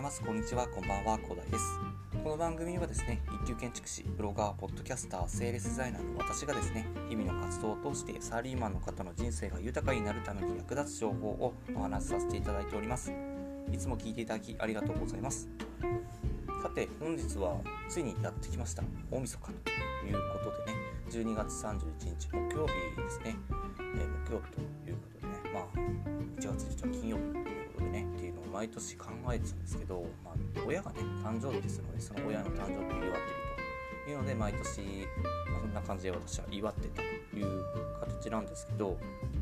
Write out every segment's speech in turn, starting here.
ます。こんにちは、こんばんは、広大です。この番組はですね、一級建築士、ブロガー、ポッドキャスター、セールスデザイナーの私がですね、日々の活動を通してサラリーマンの方の人生が豊かになるために役立つ情報をお話しさせていただいております。いつも聞いていただきありがとうございます。さて、本日はついにやってきました。大晦日ということでね、12月31日木曜日ですね。木曜日ということでね、1月1日金曜日ということでね、っていうのを毎年考えてたんですけど、親がね、誕生日ですので、その親の誕生日を祝っているというので、毎年、そんな感じで私は祝ってたという形なんですけど、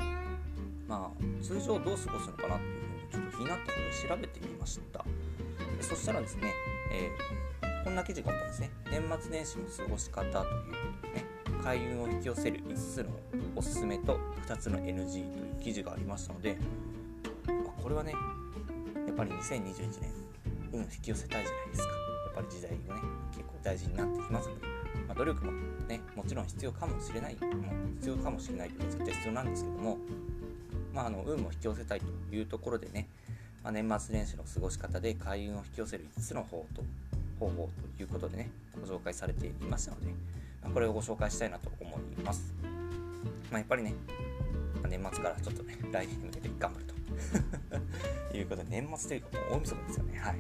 通常どう過ごすのかなっていうふうにちょっと気になったので調べてみました。そしたらですね、こんな記事があったんですね。年末年始の過ごし方ということでね、開運を引き寄せる5つのおすすめと2つの NG という記事がありましたので、これはね、やっぱり2021年運を引き寄せたいじゃないですか。やっぱり時代がね、結構大事になってきますので、努力もね、もちろん必要かもしれない、必要かもしれないけど絶対必要なんですけども、運も引き寄せたいというところでね、年末年始の過ごし方で開運を引き寄せる5つの方法ということでね、ご紹介されていましたので、これをご紹介したいなと思います。やっぱりね、年末からちょっとね、来年に向けて頑張るということで、年末というかもう大晦日ですよね。はい。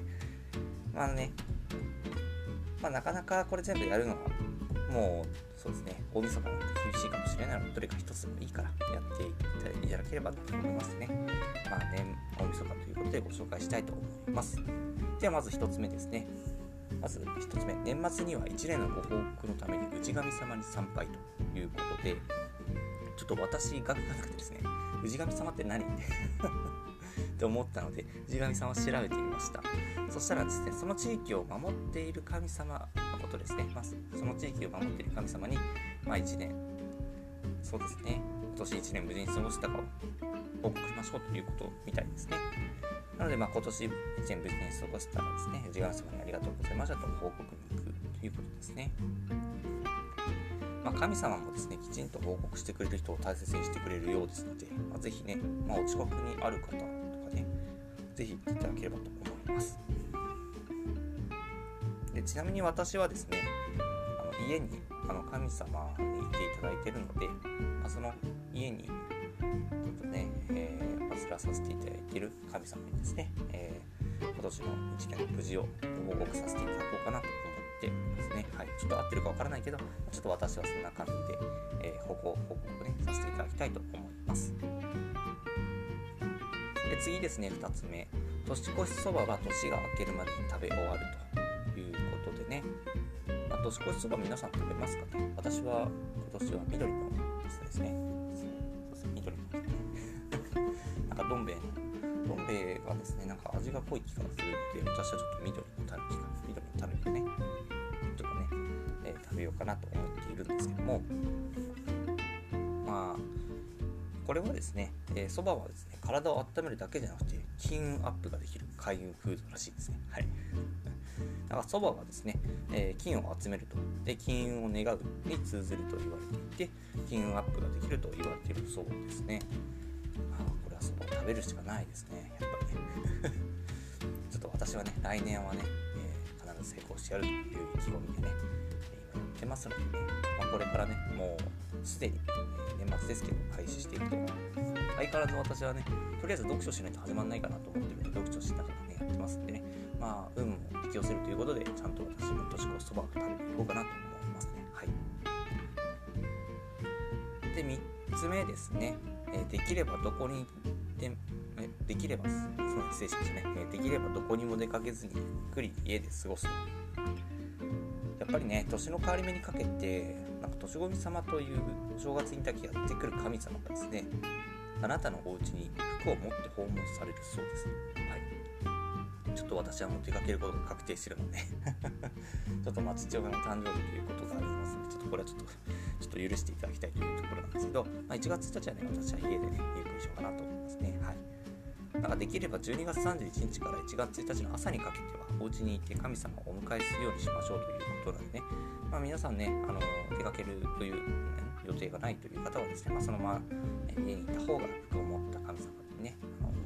なかなかこれ全部やるのはもうそうですね、大晦日なんて厳しいかもしれないので、どれか一つでもいいからやっていただければと思いますね。大晦日ということでご紹介したいと思います。ではまず一つ目ですね。まず一つ目、年末には1年のご報告のために氏神様に参拝ということで、ちょっと私学がなくてですね、氏神様って何って思ったので、氏神様を調べてみました。そしたらですね、その地域を守っている神様のことですね。その地域を守っている神様に、1年、そうですね、今年1年無事に過ごしたかを報告しましょうということみたいですね。なので、今年1年無事に過ごしたらですね、氏神様にありがとうございましたと報告に行くということですね。神様もですね、きちんと報告してくれる人を大切にしてくれるようですので、ぜひね、お近くにある方とかね、ぜひ行っていただければと思います。で、ちなみに私はですね、家に神様にいていただいているので、その家にちょっとね、祀らさせていただいている神様にですね、今年の1年の無事をご報告させていただこうかなと思ってますね。はい、ちょっと合ってるかわからないけど、ちょっと私はそんな感じで、報告ね、させていただきたいと思います。で、次ですね、2つ目。年越しそばは年が明けるまでに食べ終わるということでね、年越しそば皆さん食べますかね。私は今年は緑のですね。緑のですね。どん兵衛がですね、味が濃い気がするので、私はちょっと緑のたぬきをね、ちょっとね、食べようかなと思っているんですけども、これはですね、そばはですね、体を温めるだけじゃなくて金運アップができる開運フードらしいですね。はい。だからそばはですね、金を集めると、で金運を願うに通ずると言われていて、金運アップができると言われているそうですね。これはそばを食べるしかないですね、やっぱりね。ちょっと私はね、来年はね、必ず成功してやるという意気込みでね、今やってますのでね、これからね、もうすでに、年末ですけど開始していくと思います。相変わらず私はね、とりあえず読書しないと始まらないかなと思ってるので、読書しながらね、やってますんでね、運も引き寄せるということで、ちゃんと私も年越しそばを食べていこうかなと思いますね。はい。で、3つ目ですね、できればどこにできればどこにも出かけずにゆっくり家で過ごす。やっぱりね、年の変わり目にかけて年神様というお正月にだけやってくる神様がですね、あなたのお家に服を持って訪問されるそうです。はい。ちょっと私はもう出かけることが確定してるのでちょっと父親の誕生日ということがありますので、これはちょっと許していただきたいというところなんですけど、1月1日はね、私は家でね、ゆっくりしようかなと思いますね。はい。できれば12月31日から1月1日の朝にかけてはお家にいて神様をお迎えするようにしましょうということなのでね、皆さんね、出かけるという、予定がないという方はですね、そのまま、家にいた方が福を持った神様にね、お迎えでき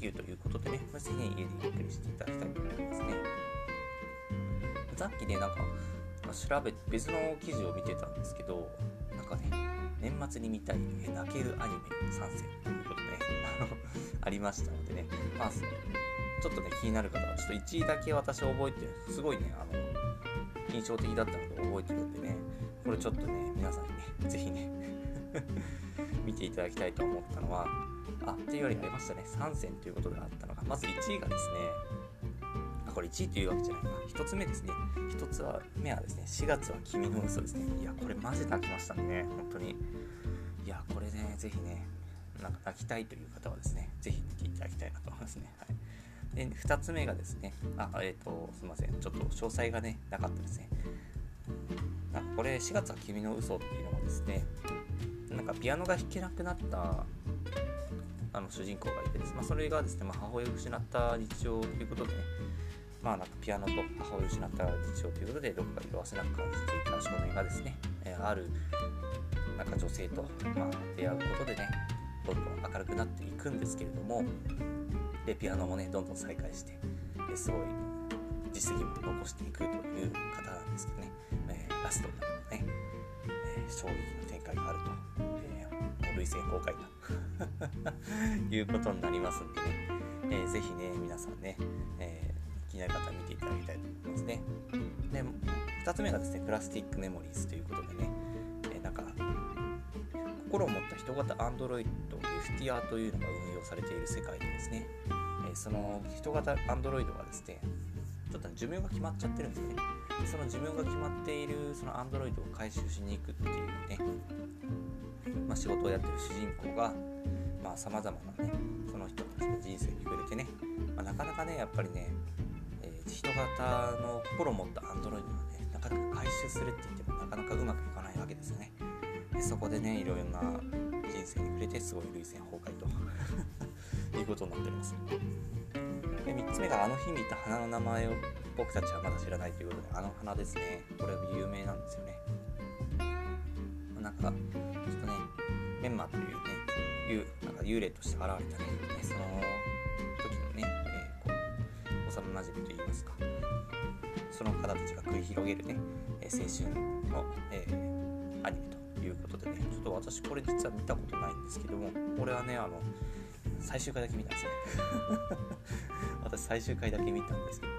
きるということでね、ぜひね、家でゆっくりしていただきたいと思いますね。さっきね、別の記事を見てたんですけど、なんかね、年末に見たい泣けるアニメ3選ということで、ありましたのでね、ちょっとね、気になる方は、ちょっと1位だけ私覚えてる、すごいね、印象的だったので覚えてるんでね、これちょっとね、皆さんにね、ぜひね、見ていただきたいと思ったのは、っていうよりありましたね、3選ということであったのが、まず1位がですね、これ1位というわけじゃないな、1つ目ですね。1つ目はですね、4月は君の嘘ですね。いや、これマジ泣きましたね、本当に。いや、これね、ぜひね、泣きたいという方はですね、ぜひ見ていただきたいなと思いますね。はい。で、2つ目がですね、すいません、ちょっと詳細がね、なかったですね。これ、4月は君の嘘っていうのはですね、ピアノが弾けなくなった主人公がいてですね、それがですね、母親を失った日常ということでね、ピアノと母親を失った日常ということで、どこか色褪せなく感じていた少年がですね、ある女性と、出会うことでね、どんどん明るくなっていくんですけれども、でピアノもね、どんどん再開して、すごい実績も残していくという方なんですけどね、ラストになるとね、衝撃の展開があると、涙腺崩壊ということになりますんでね、ぜひね、皆さんね、気になる方は見ていただきたいと思いますね。で、2つ目がですね、プラスティックメモリーズということでね、心を持った人型アンドロイド FTR というのが運用されている世界でですね、その人型アンドロイドがですね、ちょっと寿命が決まっちゃってるんですよね。その寿命が決まっているそのアンドロイドを回収しに行くっていうね、仕事をやってる主人公がさまざまなね、その人たちの人生に触れてね、なかなかね、やっぱりね、人型の心を持ったアンドロイドがね、なかなか回収するって言ってもなかなかうまくいかないわけですよね。でそこでね、いろいろな人生に触れて、すごい涙腺崩壊ということになっております。で、3つ目が、あの日見た花の名前を僕たちはまだ知らないということで、あの花ですね。これは有名なんですよね。ちょっとね、メンマというね、幽霊として現れたね、その時のね、幼馴染といいますか、その方たちが繰り広げるね、青春の、アニメということでね、ちょっと私これ実は見たことないんですけども、これはね、最終回だけ見たんですね。私最終回だけ見たんですけど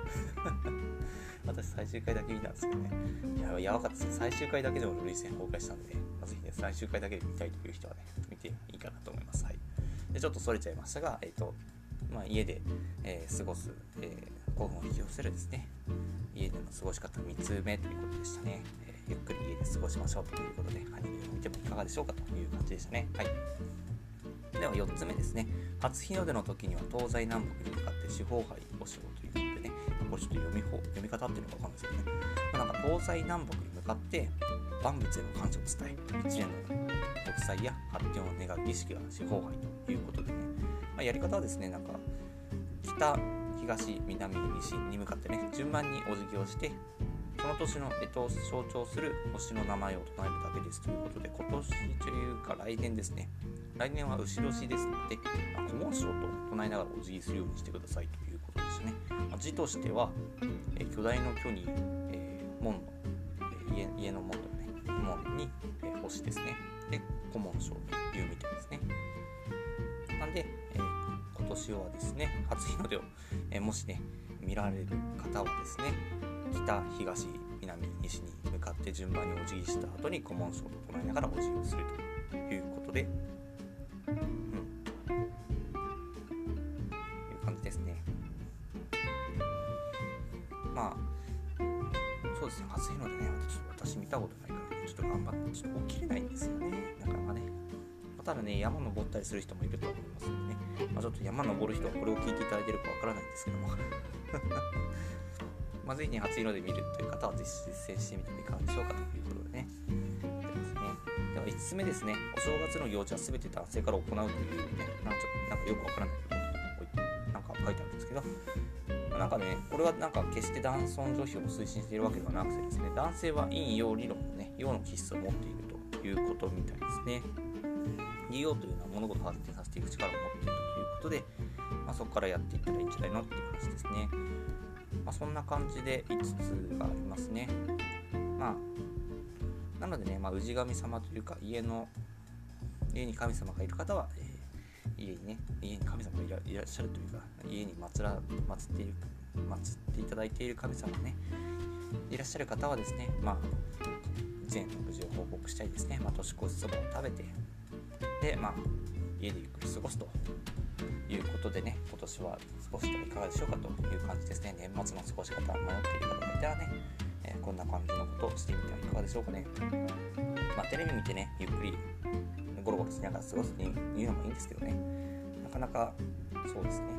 ね、やばかったですね。最終回だけでも涙腺崩壊したんで、ぜひね、最終回だけで見たいという人はね、見ていいかなと思います。はい。で、ちょっとそれちゃいましたが、家で、過ごす、興奮を引き寄せるですね、家での過ごし方3つ目ということでしたね。ゆっくり家で過ごしましょうということで、アニメを見てもいかがでしょうかという感じでしたね。はい。では4つ目ですね。初日の出の時には東西南北に向かって四方杯をしようということでね、これちょっと読み方っていうのかわかんないですけどね、東西南北に向かって万物への感謝を伝え、一年の国際や発展を願う儀式が四方杯ということでね、やり方はですね、北、東、南、西に向かってね、順番にお辞儀をして、その年の干支を象徴する星の名前を唱えるだけですということで、今年というか来年ですね、来年は牛年ですので、古文章と唱えながらお辞儀するようにしてくださいということでしたね。字としては、巨大の巨に、門の、家の門のね、門に、星ですね。で、古文章というみたいですね。なんで、今年はですね、初日の出を、もしね、見られる方はですね、北、東、南、西に向かって順番にお辞儀した後に古文章と唱えながらお辞儀をするということで、いう感じですね。そうですね、初日の出ね、私見たことないからね、ちょっと頑張って、ちょっと起きれないんですよね、なかなかね。ただね、山登ったりする人もいると思いますのでね、ちょっと山登る人はこれを聞いていただいているかわからないんですけどもぜひね、初日の出見るという方はぜひ実践してみてもいかがでしょうかということでね、やってますね。では5つ目ですね、お正月の行事は全て男性から行うというね、よくわからないけど、書いてあるんですけど、これは決して男尊女卑を推進しているわけではなくてですね、男性は陰陽理論のね、陽の気質を持っているということみたいですね。 DO というのは物事を発展させていく力を持っているということで、そこからやっていったらいいんじゃないのっていう話ですね。そんな感じで5つがありますね。なのでね、氏神様というか家に神様がいる方は、家に神様がいらっしゃるというか、家に祀っていただいている神様がねいらっしゃる方はですね、1年の無事を報告したいですね。年越しそばを食べて、で家でゆっくり過ごすということでね、今年は過ごしてはいかがでしょうかという感じですね。年末の過ごし方迷っている方がいたらね、こんな感じのことをしてみてはいかがでしょうかね。テレビ見てね、ゆっくりゴロゴロしながら過ごすというのもいいんですけどね、なかなかそうですね、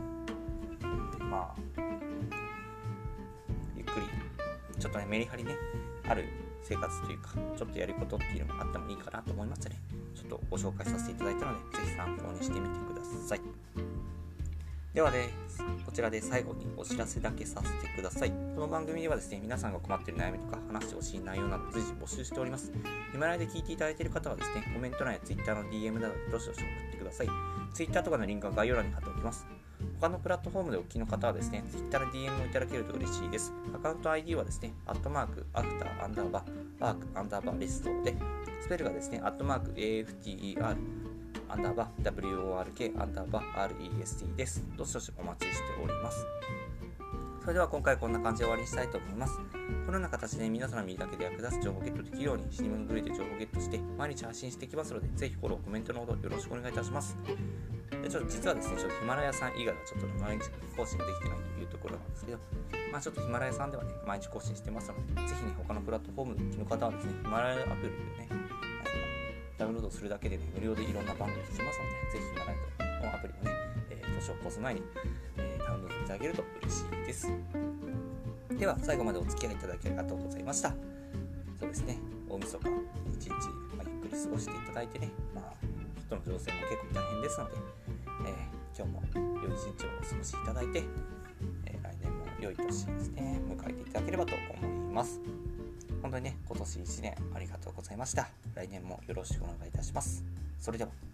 ゆっくりちょっとねメリハリねある生活というか、ちょっとやることっていうのもあってもいいかなと思いましてね、ちょっとご紹介させていただいたので、ぜひ参考にしてみてください。ではこちらで最後にお知らせだけさせてください。この番組ではですね、皆さんが困っている悩みとか話してほしい内容など随時募集しております。ヒマラヤで聞いていただいている方はですね、コメント欄や Twitter の DM などでどしどし送ってください。Twitter とかのリンクは概要欄に貼っておきます。他のプラットフォームでお聞きの方はですね、Twitter の DM をいただけると嬉しいです。アカウント ID はですね、@after_work_rest で、スペルがですね、@after_work_rest です。どしどしお待ちしております。それでは今回こんな感じで終わりにしたいと思います。このような形で皆さんの身だけで役立つ情報をゲットできるように、死に物狂いで情報をゲットして毎日発信していきますので、ぜひフォロー、コメントのほどよろしくお願いいたします。実はですね、ヒマラヤさん以外はちょっと毎日更新できてないというところなんですけど、ちょっとヒマラヤさんではね、毎日更新してますので、ぜひね、他のプラットフォームの方はですね、ヒマラヤアプリでね、ダウンロードするだけでね、無料でいろんな番組聞きますので、ぜひヒマラヤのアプリをね、年を越す前に、ダウンロードいただけると嬉しいです。では、最後までお付き合いいただきありがとうございました。そうですね、大晦日一日、ゆっくり過ごしていただいてね、人の情勢も結構大変ですので、今日も良い一日をお過ごしいただいて、来年も良い年ですね、迎えていただければと思います。本当にね、今年1年ありがとうございました。来年もよろしくお願いいたします。それでは。